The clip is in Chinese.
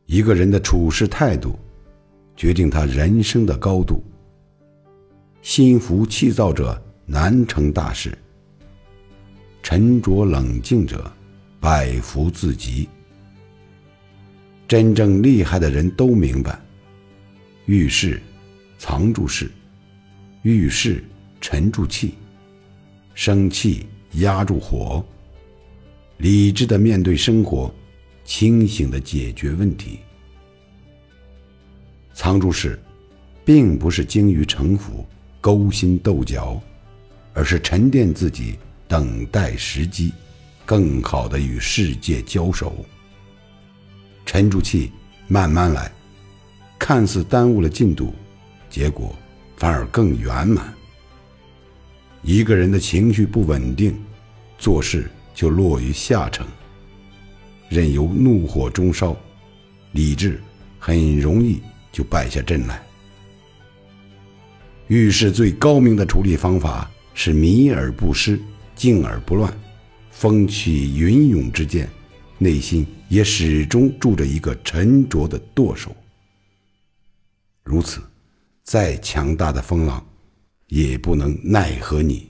一个人的处事态度决定他人生的高度。心浮气躁者难成大事，沉着冷静者百福自集。真正厉害的人都明白，遇事藏住事，遇事沉住气，生气压住火，理智地面对生活，清醒地解决问题。藏住事并不是精于城府勾心斗角，而是沉淀自己，等待时机，更好地与世界交手。沉住气，慢慢来，看似耽误了进度，结果反而更圆满。一个人的情绪不稳定，做事就落于下乘，任由怒火中烧，理智很容易就败下阵来。遇事最高明的处理方法是迷而不失，静而不乱，风起云涌之间，内心也始终住着一个沉着的舵手。如此，再强大的风浪也不能奈何你。